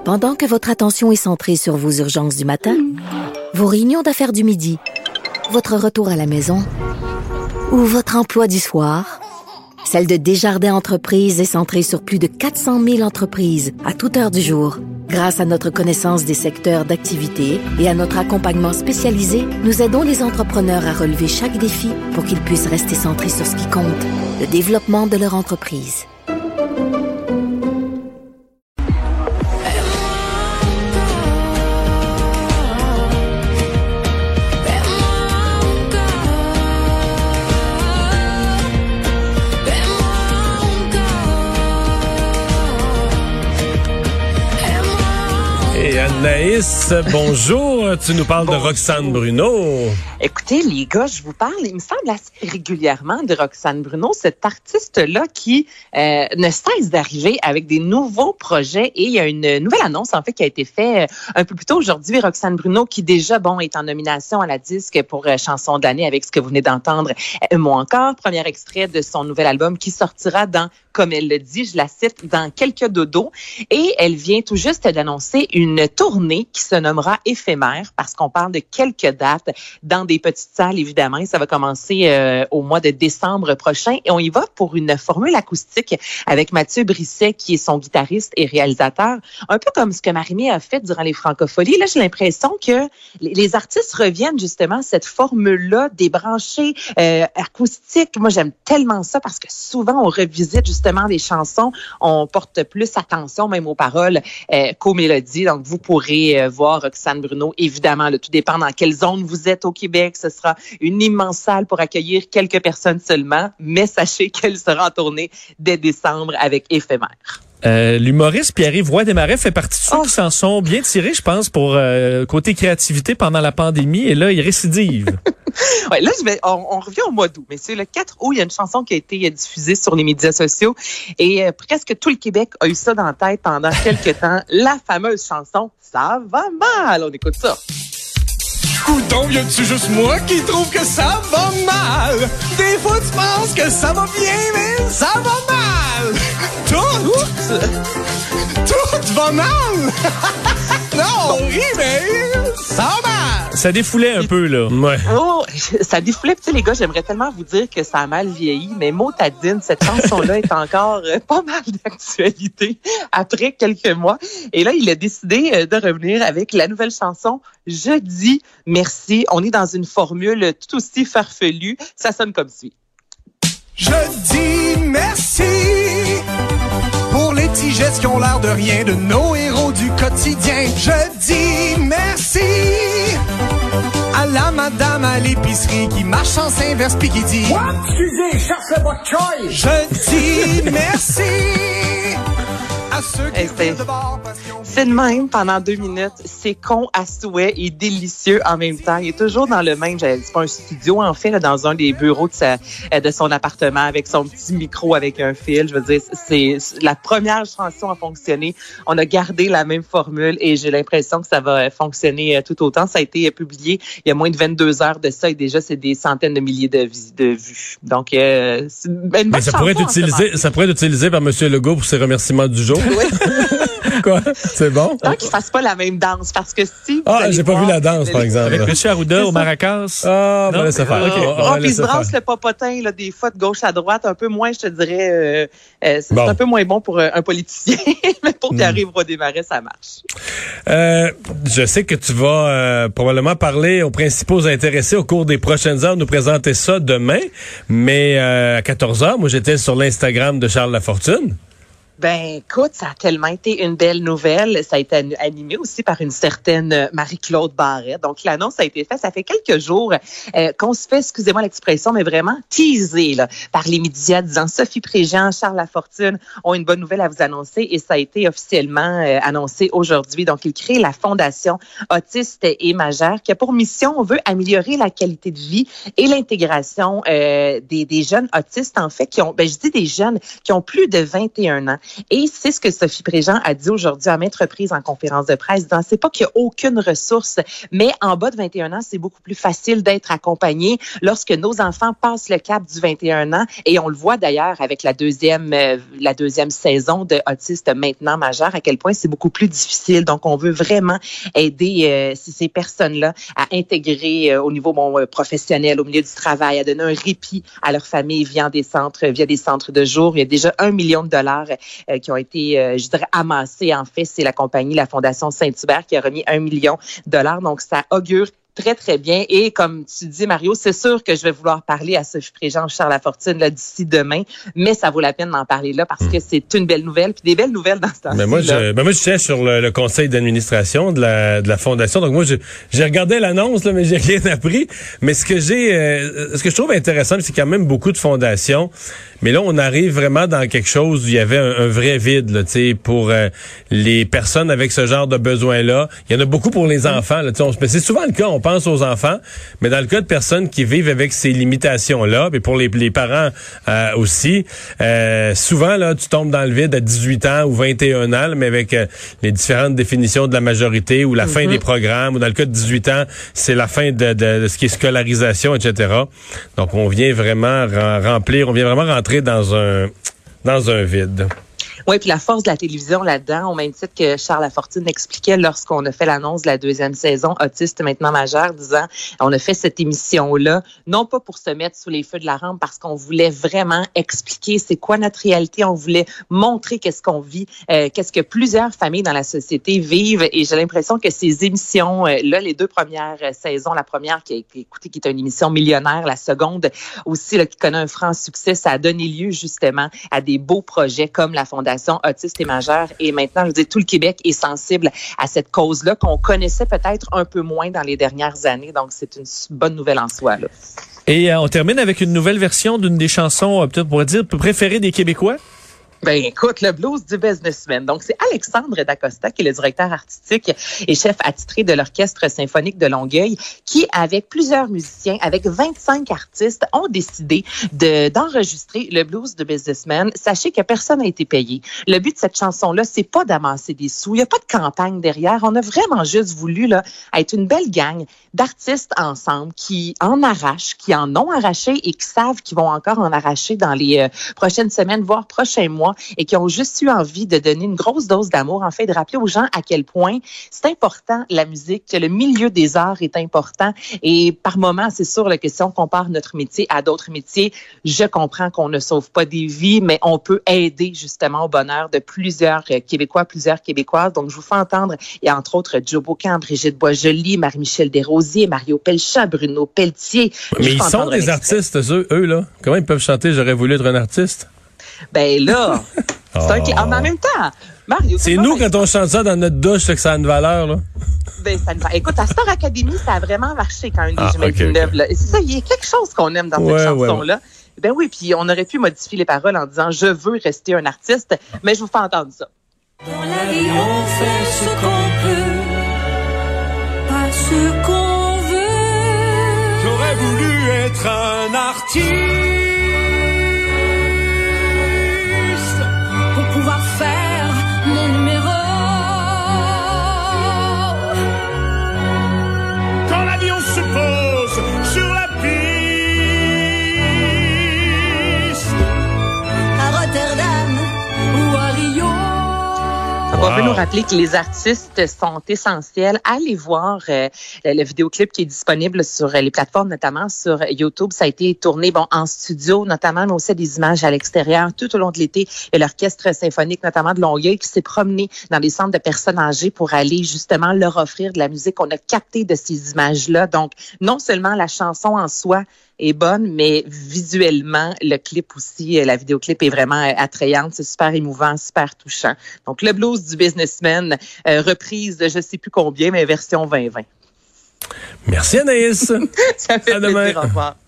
Pendant que votre attention est centrée sur vos urgences du matin, vos réunions d'affaires du midi, votre retour à la maison ou votre emploi du soir, celle de Desjardins Entreprises est centrée sur plus de 400 000 entreprises à toute heure du jour. Grâce à notre connaissance des secteurs d'activité et à notre accompagnement spécialisé, nous aidons les entrepreneurs à relever chaque défi pour qu'ils puissent rester centrés sur ce qui compte, le développement de leur entreprise. Anaïs, bonjour. Tu nous parles de Roxane Bruno. Écoutez, les gars, je vous parle, il me semble assez régulièrement de Roxane Bruno, cette artiste-là qui ne cesse d'arriver avec des nouveaux projets. Et il y a une nouvelle annonce, en fait, qui a été faite un peu plus tôt aujourd'hui. Roxane Bruno, qui déjà, est en nomination à la disque pour chanson de l'année avec ce que vous venez d'entendre, Moi encore. Premier extrait de son nouvel album qui sortira dans, comme elle le dit, je la cite, dans quelques dodos. Et elle vient tout juste d'annoncer une tournée qui se nommera Éphémère parce qu'on parle de quelques dates dans des petites salles, évidemment. Et ça va commencer au mois de décembre prochain. Et on y va pour une formule acoustique avec Mathieu Brisset, qui est son guitariste et réalisateur. Un peu comme ce que Marie-Mé a fait durant les Francopholies. Là, j'ai l'impression que les artistes reviennent justement à cette formule-là, débranchée, acoustique. Moi, j'aime tellement ça parce que souvent, on revisite justement des chansons. On porte plus attention même aux paroles qu'aux mélodies. Donc, vous pourrez voir Roxane Bruno. Évidemment, tout dépend dans quelle zone vous êtes au Québec. Ce sera une immense salle pour accueillir quelques personnes seulement. Mais sachez qu'elle sera en tournée dès décembre avec Éphémère. L'humoriste Pierre-Yves Roy Desmarais fait partie de ceux qui s'en sont bien tirés, je pense, pour côté créativité pendant la pandémie. Et là, il récidive. Ouais, là, on revient au mois d'août. Mais c'est le 4 août, il y a une chanson qui a été diffusée sur les médias sociaux. Et presque tout le Québec a eu ça dans la tête pendant quelques temps. La fameuse chanson « Ça va mal ». On écoute ça. Coudon, y'a-tu juste moi qui trouve que ça va mal? Des fois, tu penses que ça va bien, mais ça va mal! Tout va mal! Non, on rit, mais ça va mal! Ça défoulait un peu, là. Ouais. Oh, ça défoulait. Puis, les gars, j'aimerais tellement vous dire que ça a mal vieilli, mais motadine, cette chanson-là est encore pas mal d'actualité après quelques mois. Et là, il a décidé de revenir avec la nouvelle chanson « Je dis merci ». On est dans une formule tout aussi farfelue. Ça sonne comme suit. Je dis merci pour les petits gestes qui ont l'air de rien de nos héros du quotidien. Je dis merci à la madame à l'épicerie qui marche en inverse pis qui dit What? Excusez, cherchez votre choix. Je dis merci à ceux qui viennent de bord parce qu'ils ont... C'est de même pendant 2 minutes. C'est con à souhait et délicieux en même temps. Il est toujours dans le même, c'est pas un studio en fait, là, dans un des bureaux de son appartement avec son petit micro avec un fil. Je veux dire, c'est la première chanson à fonctionner. On a gardé la même formule et j'ai l'impression que ça va fonctionner tout autant. Ça a été publié il y a moins de 22 heures de ça et déjà c'est des centaines de milliers de vues. Donc, c'est une bonne Mais ça pourrait être utilisé par M. Legault pour ses remerciements du jour. Oui. Quoi? C'est bon? Tant qu'ils fassent pas la même danse, parce que si... j'ai pas vu la danse, par exemple. Avec M. Arruda au maracas. Ah, on va laisser faire. Okay. Puis il se brasse le popotin, là, des fois de gauche à droite, un peu moins, je te dirais, c'est un peu moins bon pour un politicien, mais pour Pierre-Yves Roy Desmarais, ça marche. Je sais que tu vas probablement parler aux principaux intéressés au cours des prochaines heures, nous présenter ça demain, mais à 14h, moi j'étais sur l'Instagram de Charles Lafortune. Ben, écoute, ça a tellement été une belle nouvelle. Ça a été animé aussi par une certaine Marie-Claude Barrette. Donc, l'annonce a été faite. Ça fait quelques jours qu'on se fait, excusez-moi l'expression, mais vraiment teaser là, par les médias disant Sophie Préjean, Charles Lafortune ont une bonne nouvelle à vous annoncer et ça a été officiellement annoncé aujourd'hui. Donc, il crée la Fondation Autistes et Majeurs qui a pour mission, on veut améliorer la qualité de vie et l'intégration des jeunes autistes, en fait, qui ont, je dis des jeunes qui ont plus de 21 ans. Et c'est ce que Sophie Préjean a dit aujourd'hui à maintes reprises en conférence de presse, disant c'est pas qu'il n'y a aucune ressource, mais en bas de 21 ans, c'est beaucoup plus facile d'être accompagné lorsque nos enfants passent le cap du 21 ans. Et on le voit d'ailleurs avec la deuxième saison de Autistes maintenant majeurs, à quel point c'est beaucoup plus difficile. Donc, on veut vraiment aider ces personnes-là à intégrer au niveau professionnel, au milieu du travail, à donner un répit à leur famille via des centres de jour. Il y a déjà 1 million de dollars qui ont été, amassés. En fait, c'est la compagnie, la Fondation Saint-Hubert qui a remis 1 million de dollars. Donc, ça augure très, très bien. Et comme tu dis, Mario, c'est sûr que je vais vouloir parler à Sophie Préjean, Charles Lafortune là, d'ici demain, mais ça vaut la peine d'en parler là parce que c'est une belle nouvelle, puis des belles nouvelles dans ce temps-ci. Moi, je siège sur le conseil d'administration de la Fondation. Donc, moi, j'ai regardé l'annonce, là, mais j'ai rien appris. Mais ce que je trouve intéressant, c'est quand même beaucoup de fondations. Mais là, on arrive vraiment dans quelque chose où il y avait un vrai vide, là, tu sais, pour les personnes avec ce genre de besoins-là. Il y en a beaucoup pour les enfants, là, tu sais. C'est souvent le cas, on pense aux enfants, mais dans le cas de personnes qui vivent avec ces limitations-là, et pour les parents aussi, souvent, là, tu tombes dans le vide à 18 ans ou 21 ans, là, mais avec les différentes définitions de la majorité ou la fin des programmes, ou dans le cas de 18 ans, c'est la fin de ce qui est scolarisation, etc. Donc, on vient vraiment rentrer dans un vide. Oui, puis la force de la télévision là-dedans, au même titre que Charles Lafortune expliquait lorsqu'on a fait l'annonce de la deuxième saison Autistes maintenant majeurs, disant on a fait cette émission-là, non pas pour se mettre sous les feux de la rampe, parce qu'on voulait vraiment expliquer c'est quoi notre réalité, on voulait montrer qu'est-ce qu'on vit, qu'est-ce que plusieurs familles dans la société vivent, et j'ai l'impression que ces émissions-là, les 2 premières saisons, la première qui a été écoutée, qui est une émission millionnaire, la seconde aussi là, qui connaît un franc succès, ça a donné lieu justement à des beaux projets comme la Fondation Autistes et majeurs. Et maintenant, je veux dire, tout le Québec est sensible à cette cause-là qu'on connaissait peut-être un peu moins dans les dernières années. Donc, c'est une bonne nouvelle en soi, là. Et on termine avec une nouvelle version d'une des chansons, peut-être on pourrait dire, préférées des Québécois. Ben écoute, le blues du businessman. Donc, c'est Alexandre Dacosta qui est le directeur artistique et chef attitré de l'Orchestre symphonique de Longueuil qui, avec plusieurs musiciens, avec 25 artistes, ont décidé d'enregistrer le blues du businessman. Sachez que personne n'a été payé. Le but de cette chanson-là, c'est pas d'amasser des sous. Il n'y a pas de campagne derrière. On a vraiment juste voulu là être une belle gang d'artistes ensemble qui en arrachent, qui en ont arraché et qui savent qu'ils vont encore en arracher dans les prochaines semaines, voire prochains mois, et qui ont juste eu envie de donner une grosse dose d'amour, en fait, de rappeler aux gens à quel point c'est important, la musique, que le milieu des arts est important. Et par moments, c'est sûr là, que si on compare notre métier à d'autres métiers, je comprends qu'on ne sauve pas des vies, mais on peut aider justement au bonheur de plusieurs Québécois, plusieurs Québécoises. Donc, je vous fais entendre, il y a entre autres Joe Beaucamp, Brigitte Boisjoli, Marie-Michel Desrosiers, Mario Pelchat, Bruno Pelletier. Mais ils sont des artistes, eux, là. Comment ils peuvent chanter « J'aurais voulu être un artiste » ? Ben là, c'est en même temps, Mario. C'est nous quand on chante ça dans notre douche que ça a une valeur, là. Ben ça écoute, à Star Academy, ça a vraiment marché quand une des jumelles Villeneuve, là. C'est ça, il y a quelque chose qu'on aime dans cette chanson-là. Ouais. Ben oui, puis on aurait pu modifier les paroles en disant je veux rester un artiste, mais je vous fais entendre ça. Dans la vie, on fait ce qu'on peut, pas ce qu'on veut. J'aurais voulu être un artiste. Pouvoir faire mon numéro. Quand l'avion se pose sur la piste, À Rotterdam ou à Rio. On veut nous rappeler que les artistes sont essentiels. Allez voir le vidéoclip qui est disponible sur les plateformes, notamment sur YouTube. Ça a été tourné en studio, notamment, mais aussi des images à l'extérieur. Tout au long de l'été, il y a l'Orchestre symphonique, notamment de Longueuil, qui s'est promené dans les centres de personnes âgées pour aller justement leur offrir de la musique. On a capté de ces images-là. Donc, non seulement la chanson en soi est bonne, mais visuellement, le clip aussi, la vidéoclip est vraiment attrayante. C'est super émouvant, super touchant. Donc, le blues du businessman, reprise de je sais plus combien, mais version 2020. Merci Anaïs. Ça fait plaisir, au revoir.